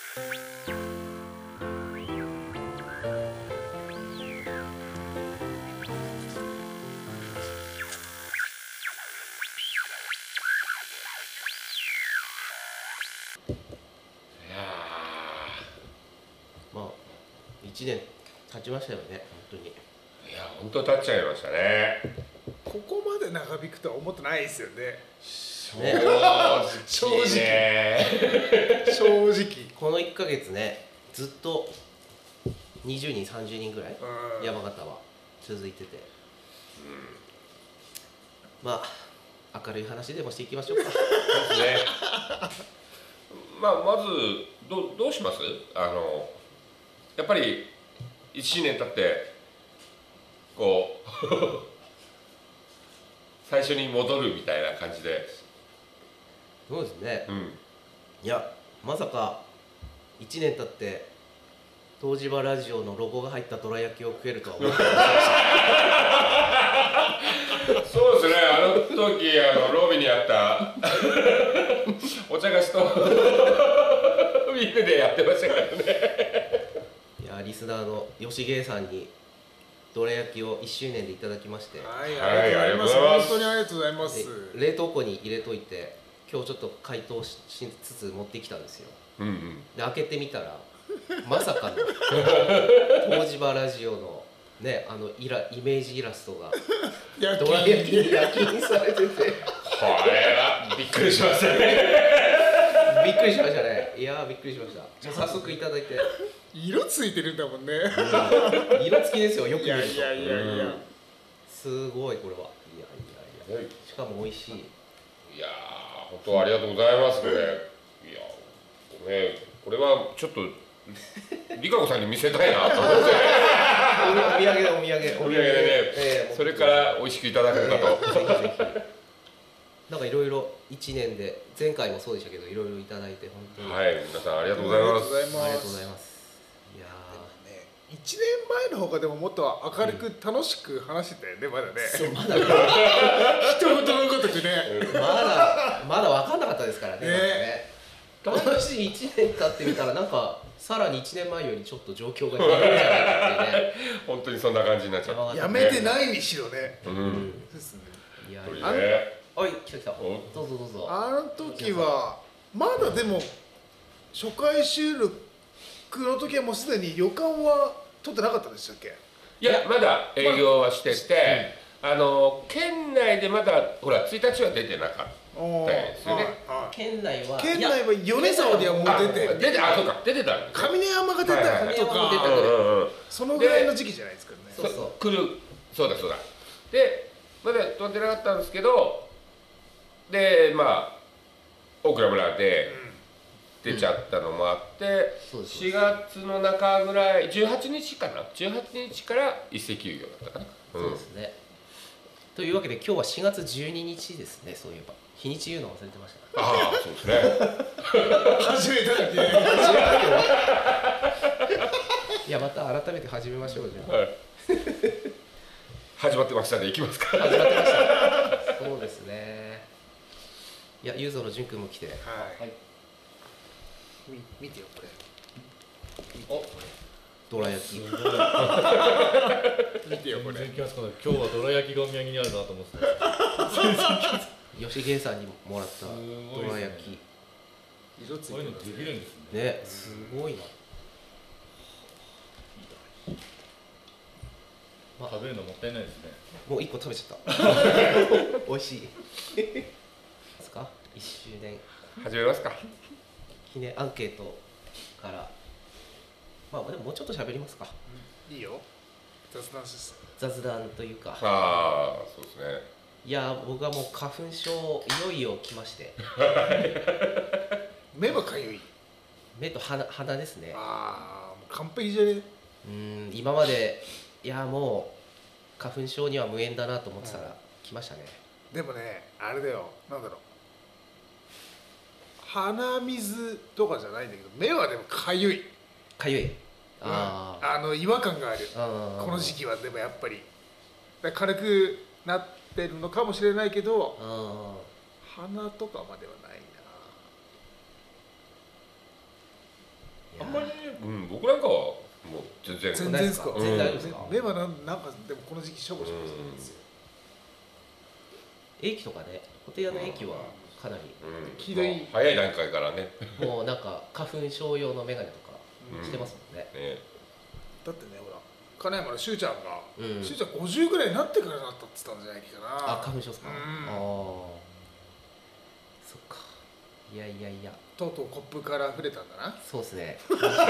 まあ1年経ちましたよね、本当に。 いや本当経っちゃいましたね。 ここまで長引くとは思ってないですよね。 正ね直ね。 正直この1ヶ月ね、ずっと20人30人ぐらいうん山形は続いてて、まあ明るい話でもしていきましょうか。 そうですね。まあまずどうします？やっぱり1年経ってこう最初に戻るみたいな感じで。 そうですね、 うん。 いやまさか1年経って東芝ラジオのロゴが入ったどら焼きを食えるとは思ってなかったしそうですね。あの時ロビーにあったお茶菓子とビールでやってましたからね。 いやリスナーの吉芸さんにどら焼きを1周年でいただきまして、 はい、 はいありがとうございます。本当にありがとうございま。 です冷凍庫に入れといて今日ちょっと解凍しつつ持ってきたんですよ。 うんうん。 で開けてみたらまさかの東芝ラジオのねイメージイラストが焼どら焼きに焼き印されててこれはびっくりしましたね。 びっくりしましたね。いやーびっくりしました。じゃあ早速いただいて、 色ついてるんだもんね。 色付きですよ、よくい見ると。 やいやいやいや。 すごいこれは。いやいやいや。しかも美味しい。 いやー本当ありがとうございますこれ。いやねこれはちょっとリカ子さんに見せたいなと思って。 お土産でお土産でね、それから美味しくいただけるかと。 ぜひぜひ。なんかいろいろ1年で前回もそうでしたけどいろいろいただいて本当に、 はい皆さんありがとうございます。 ありがとうございます。いや 1年前の方がでももっと明るく楽しく話してたよね、まだね。 ーまだ一言のごとくね。 まだ分かんなかったですからね。まだね楽しい1年経ってみたらなんかさらに1年前よりちょっと状況が変わるんじゃないかっていうね。 本当にそんな感じになっちゃう。 やめてないにしろね。 ですね。いやこれね。 はい来た。どうぞどうぞ。 あの時はまだでも初回収録の時はもうすでに予感は取ってなかったんでしたっけ？ いやまだ営業はしてて、県内でまだほら1日は出てなかったですよね。 県内は米沢ではもう出てあそうか出てた。 上山が出たとかそのぐらいの時期じゃないですかね。 来るそうだでまだ飛んでなかったんですけど、でまあ大倉村で出ちゃったのもあって、4月の中ぐらい18日かな、18日から一斉休業だったかな。 そうですね。というわけで今日は4月12日ですね。そういえば日にち言うの忘れてました。 ああそうですね。 初めてだっけ？ いやまた改めて始めましょうじゃあ。 はい、始まってましたね。行きますか。 始まってました。そうですね。いやユーゾの淳君も来て。 はい。見てよこれ。 おどら焼き。 見てよこれ。 全然気がつかない。今日はどら焼きがお土産にあるなと思ってた。 吉芸さんにもらったどら焼き。 色ついてこういうのできるんですね。 ね、すごいな。 食べるのもったいないですね。 もう1個食べちゃった。美味しい。ですか？1周年始めますか。 記念アンケートから。まあでももうちょっと喋りますか。 いいよ。雑談です。 雑談というか。 ああそうですね。 いや僕はもう花粉症いよいよ来まして。 目はかゆい。 目と鼻ですね。 ああもう完璧じゃね。 今までいやもう花粉症には無縁だなと思ってたら来ましたね。 でもねあれだよ、なんだろう、鼻水とかじゃないんだけど目はでもかゆい。 かゆい。 違和感がある。この時期はでもやっぱり軽くなってるのかもしれないけど鼻とかまではないな。 あんまりね、僕なんかはもう全然全然ですか。 全然大丈夫ですか。 目はなんかでもこの時期しょぼしょぼしてるんですよ。 駅とかね、ホテルの駅はかなりひどい、 早い段階からね。 もうなんか花粉症用のメガネとかしてますもんね。 だってね、ほら金山のしゅうちゃんが、 うんしゅうちゃん50ぐらいになってからなったって言ったんじゃないかな。 あ、花粉症ですか。ああ、そっか。いやいやいや。 とうとうコップから触れたんだな。 そうですね。 とうと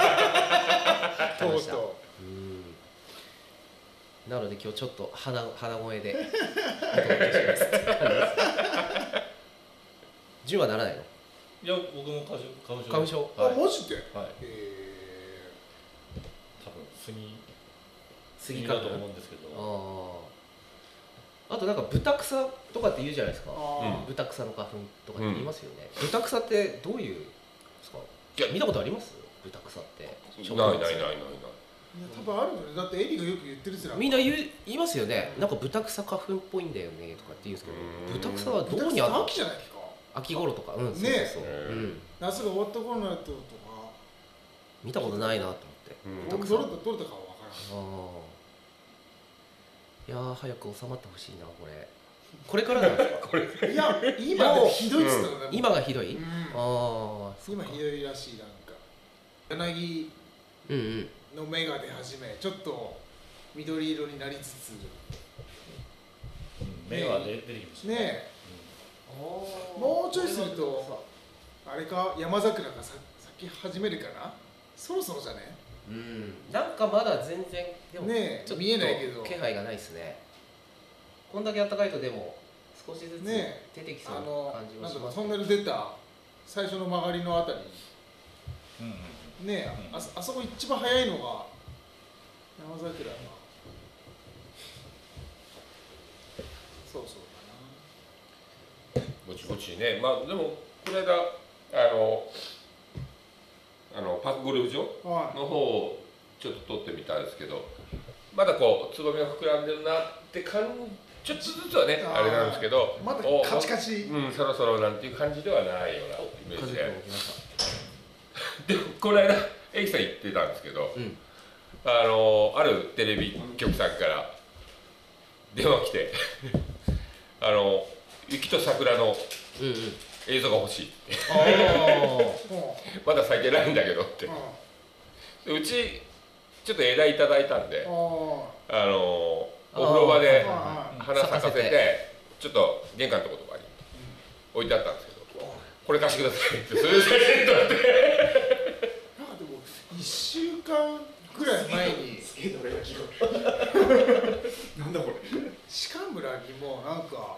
うん。なので今日ちょっと鼻声でお届けしますって感じです。10はならないの？ いや僕も花粉症。 う。あ、マジで。 はい。多分杉だと思うんですけど。 あとなんか豚草とかって言うじゃないですか。 あ豚草の花粉とかって言いますよね。豚草ってどういうですか？見たことあります？豚草って。 ない。 いや、多分あるのね。だってエリがよく言ってるじゃん。 みんな言いますよね。なんか豚草花粉っぽいんだよねとかって言うんですけど、豚草はどこにあるの？ 秋じゃないか。 秋頃とか。うん、そうねそう。 夏が終わった頃になるとか。 見たことないなと思って。 僕どれだかわからない。 いやー早く収まってほしいなこれ。これからなんですか？ いや、今でひどいっつったのね。 今がひどい？ 今ひどいらしい。なんか柳の芽が出始め、ちょっと緑色になりつつ、 芽が出てきましたね。もうちょいするとあれか、山桜が咲き始めるかな。そろそろじゃね。 なんかまだ全然でもね、 ちょっと見えないけど気配がないですね。こんだけ暖かいとでも少しずつ出てきそうな感じもします。 トンネル出た最初の曲がりのあたりにね、あそこ一番早いのが山桜がそうだな。 ぼちぼちね。まあでもこの間パークゴルフ場の方をちょっと撮ってみたんですけど、まだこうつぼみが膨らんでるなってちょっとずつはねあれなんですけど、 まだカチカチ、 そろそろなんていう感じではないようなイメージで。でこの間エイキさん言ってたんですけど、あるテレビ局さんから電話来て雪と桜の映像が欲しいってまだ咲いてないんだけどって、うちちょっと枝いただいたんでお風呂場で花咲かせてちょっと玄関のとことかに置いてあったんですけど、これ貸してくださいってそういう写真撮ってなんかでも1週間ぐらい前になんだこれ鹿村にもなんか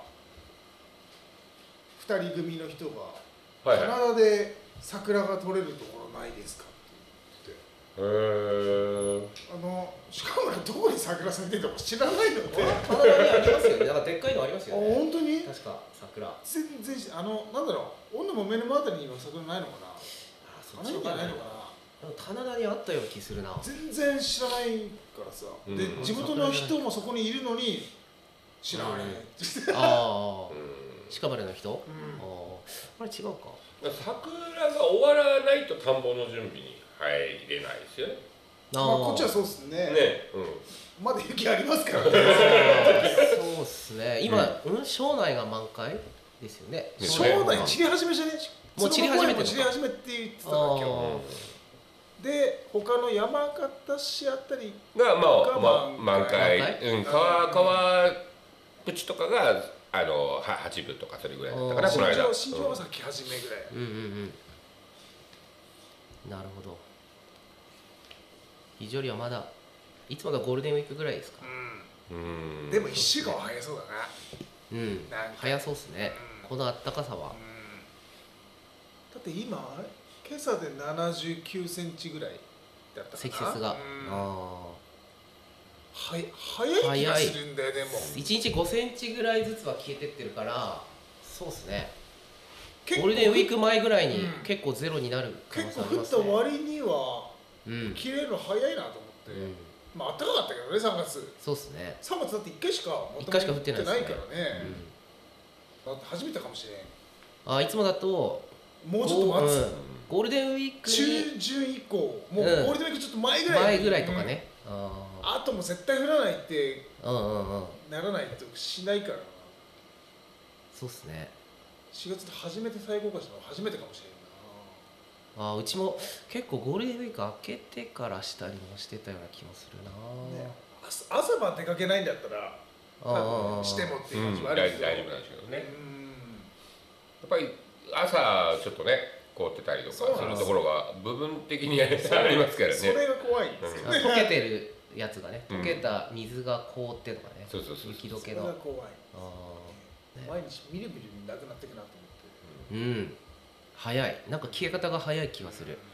2人組の人がカナダで桜が取れるところないですかって言って鹿村どこに桜咲いてるのか知らないのでカナダにありますよね。なんかでっかいのありますよね。 本当に確か桜全然なんだろう、女も目のあたりには桜ないのかな。 そっちじゃないのかな。カナダにあったような気するな。 全然知らないからさ、で地元の人もそこにいるのに知らない。 鹿村の人？あれ違うか。 桜が終わらないと田んぼの準備に入れないですよね。 こっちはそうっすね。まだ雪ありますからね。 そうっすね。今庄内が満開ですよね。 庄内散り始めじゃね？ もう散り始めてる。 散り始めって言ってたから今日。で他の山形市あたりが満開。川口とかが8分とかそれぐらいだったかなこの間。 新庄崎始めぐらい。 なるほど。非常にはまだいつまだゴールデンウィークぐらいですか。 でも1週間は早そうだな。早そうですね。この暖かさは。 だって今今朝で79センチぐらいだったかな。 積雪が。 早い気がするんだよ。でも 1日5センチぐらいずつは消えてってるから、そうですね。ゴールデンウィーク前ぐらいに結構ゼロになる可能性ありますね。 結構降った割には切れるの早いなと思って、まあ暖かかったけどね3月。 そうですね。 3月だって1回しか降ってないからね。だって初めてかもしれん。 いつもだともうちょっと待つ、 ゴールデンウィーク中旬以降、もうゴールデンウィークちょっと前ぐらいとかね、 あとも絶対降らないってならないとしないからな。 そうっすね。 4月で初めて最高かしら、初めてかもしれんな。 うちも結構ゴールデンウィーク明けてからしたりもしてたような気もするな、ね、 朝晩出かけないんだったらしてもっていう感じはあるけど、 大丈夫なんですけどね。やっぱり朝ちょっとね凍ってたりとかするところが部分的にありますからね。 それが怖いんですよね。 溶けてるやつがね、溶けた水が凍ってとかね、雪解けの。 それが怖い。毎日みるみるなくなっていくなと思って。 早い。なんか消え方が早い気がする。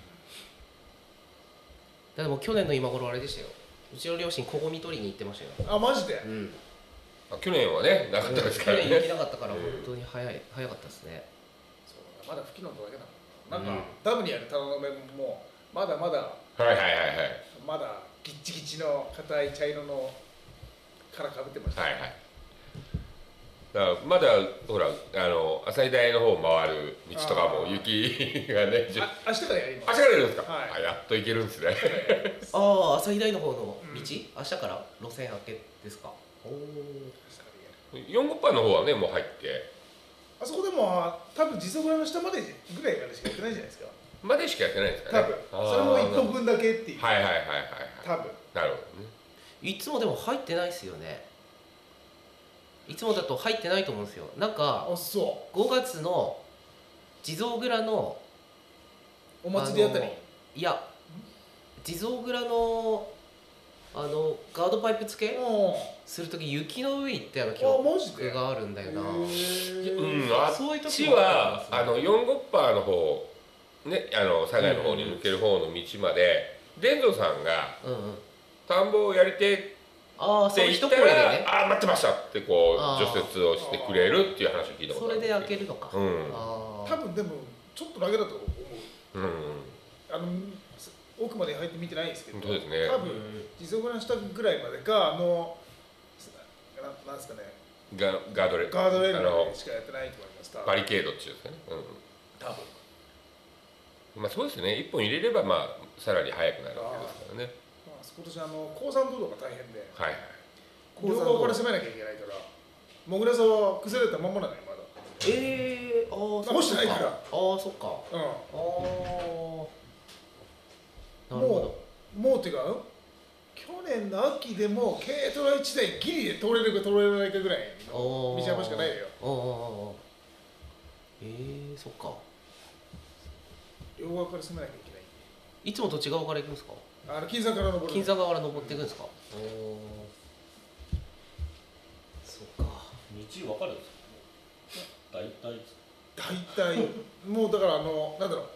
でも去年の今頃あれでしたよ。うちの両親こごみ取りに行ってましたよ。 あ、マジで？ 去年はねなかったですからね。 去年雪なかったから本当に早かったですね。 そうだ、まだ吹きのとだけだもん。なんかダムにあるタラの芽もまだまだまだギッチギチの硬い茶色の殻かぶってました。 だからまだほら朝日大の方回る道とかも雪がね。 明日からやります。 明日からやるんですか？やっと行けるんですね。 朝日大の方の道、明日から路線明けですか？ 4号パーの方はねもう入って。 あそこでも多分時速の下までぐらいからしかやってないじゃないですか。 までしかやってないですかね。 多分それも1本分だけっていう。多分。 なるほどね。 いつもでも入ってないですよね。いつもだと入ってないと思うんですよ。なんか5月の地蔵蔵のお祭りあたり、 いや地蔵蔵のガードパイプ付けするとき雪の上行ったような記憶があるんだよな。 あっちは4号パーの方ね、佐賀の方に抜ける方の道まで伝蔵さんが田んぼをやりてって言ったら待ってましたってこう除雪をしてくれるっていう話を聞いたことある。 それで開けるのか。 多分でもちょっとだけだと思う。奥まで入って見てないんですけど、多分地蔵蔵の下ぐらいまでかなんですかね、 ガードレールしかやってないと思います。 バリケードっていうんですかね。 多分。 まあそうですね。1本入れればまあさらに速くなるわけですからね。 今年鉱山道路が大変で、 両側から攻めなきゃいけないから、もぐら沢は崩れたままなのよまだ。直してないから。 そっか。 もうてか去年の秋でも軽トラ1台ギリで通れるか通れないかぐらいの道幅しかないのよ。 そっか。 両側から攻めなきゃいけない。 いつもどっち側から行くんですか？ 金山から登る。 金山側から登っていくんですか？そうか。 道分かるんですか？ 大体もうだからなんだろう。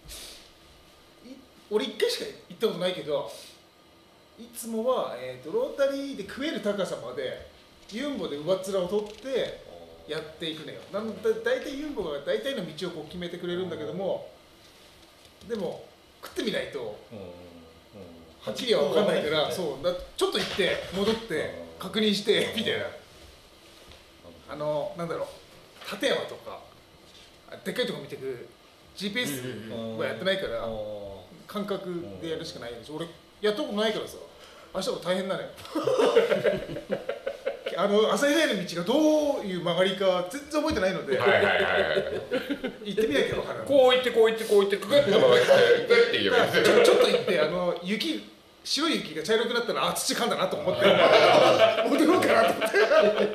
俺1回しか行ったことないけど、いつもはロータリーで食える高さまでユンボで上っ面を取ってやっていくのよ。大体ユンボが大体の道をこう決めてくれるんだけども、でも食ってみないとはっきりは分かんないから、ちょっと行って戻って確認してみたいな。なんだろう、立山とかでっかいとこ見てく GPS はやってないから感覚でやるしかないんです。俺やったことないからさ、明日も大変なのよ。朝日大の道がどういう曲がりか全然覚えてないので、行ってみなきゃ分からない。 こう行ってこう行ってこう行ってグッと曲がってグッて言えばいいですよ。 ちょっと行って白い雪が茶色くなったら土噛んだなと思って戻ろうかなと思って。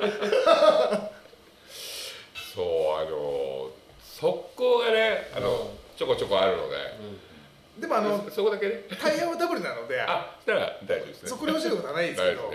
側溝がねちょこちょこあるので、 でもそこだけねタイヤはダブルなので、 したら大丈夫ですね。 そこに落ちることはないですけど、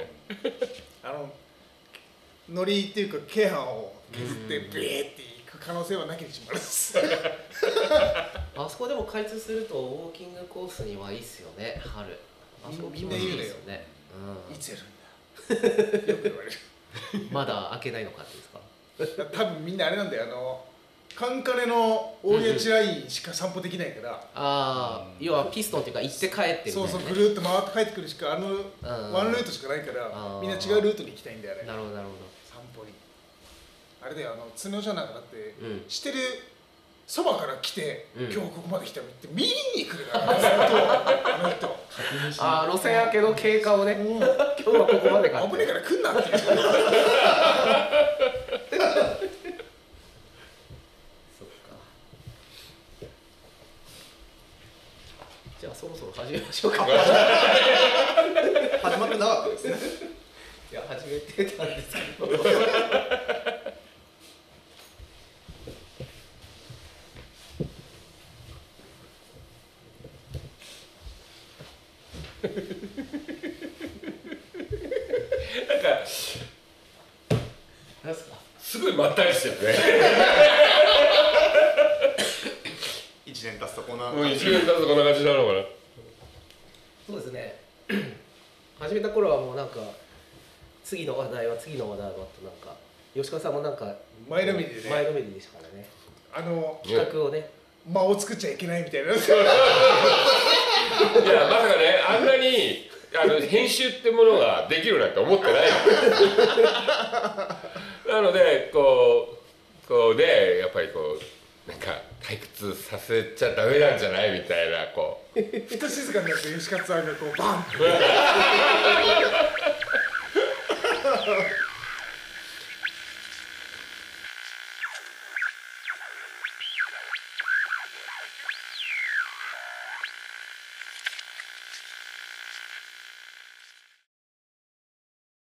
のりっていうか軽板を削ってビーっていく可能性はなきにしもあらず。 あそこでも開通するとウォーキングコースにはいいっすよね、春。あそこ気持ちいいですよね。 いつやるんだよく言われる。 まだ開けないのかってですか？ 多分みんなあれなんだよ、カンカネの大谷地ラインしか散歩できないから、 要はピストンっていうか行って帰ってみたいな、ね、 そうぐるっと回って帰ってくるしかワンルートしかないから、みんな違うルートに行きたいんだよあれ。 なるほどなるほど。 散歩にあれだよ、角じゃなくなって、してるそばから来て、 うん今日ここまで来たのって見に来るからね、ずっとあの人ああ路線明けの経過をね、 うん今日はここまでかって危ねえから来んなっていうそっか。じゃあそろそろ始めましょうか。 始まってなかったですね。 いや始めてたんですけど。 なんかなんすか。 すごいまったりしてるね。 1年経つとこんなもう1年経つとこんな感じなのかな。 そうですね。始めた頃はもうなんか次の話題は次の話題はとなんか吉川さんもなんか前のめりでね前のめりでしたからね。企画をね。 間を作っちゃいけないみたいな。 いやまさかねあんなに編集ってものができるなんて思ってないなのでこうでやっぱりこうなんか退屈させちゃダメなんじゃないみたいなこうふと静かになって吉勝さんがこうバンって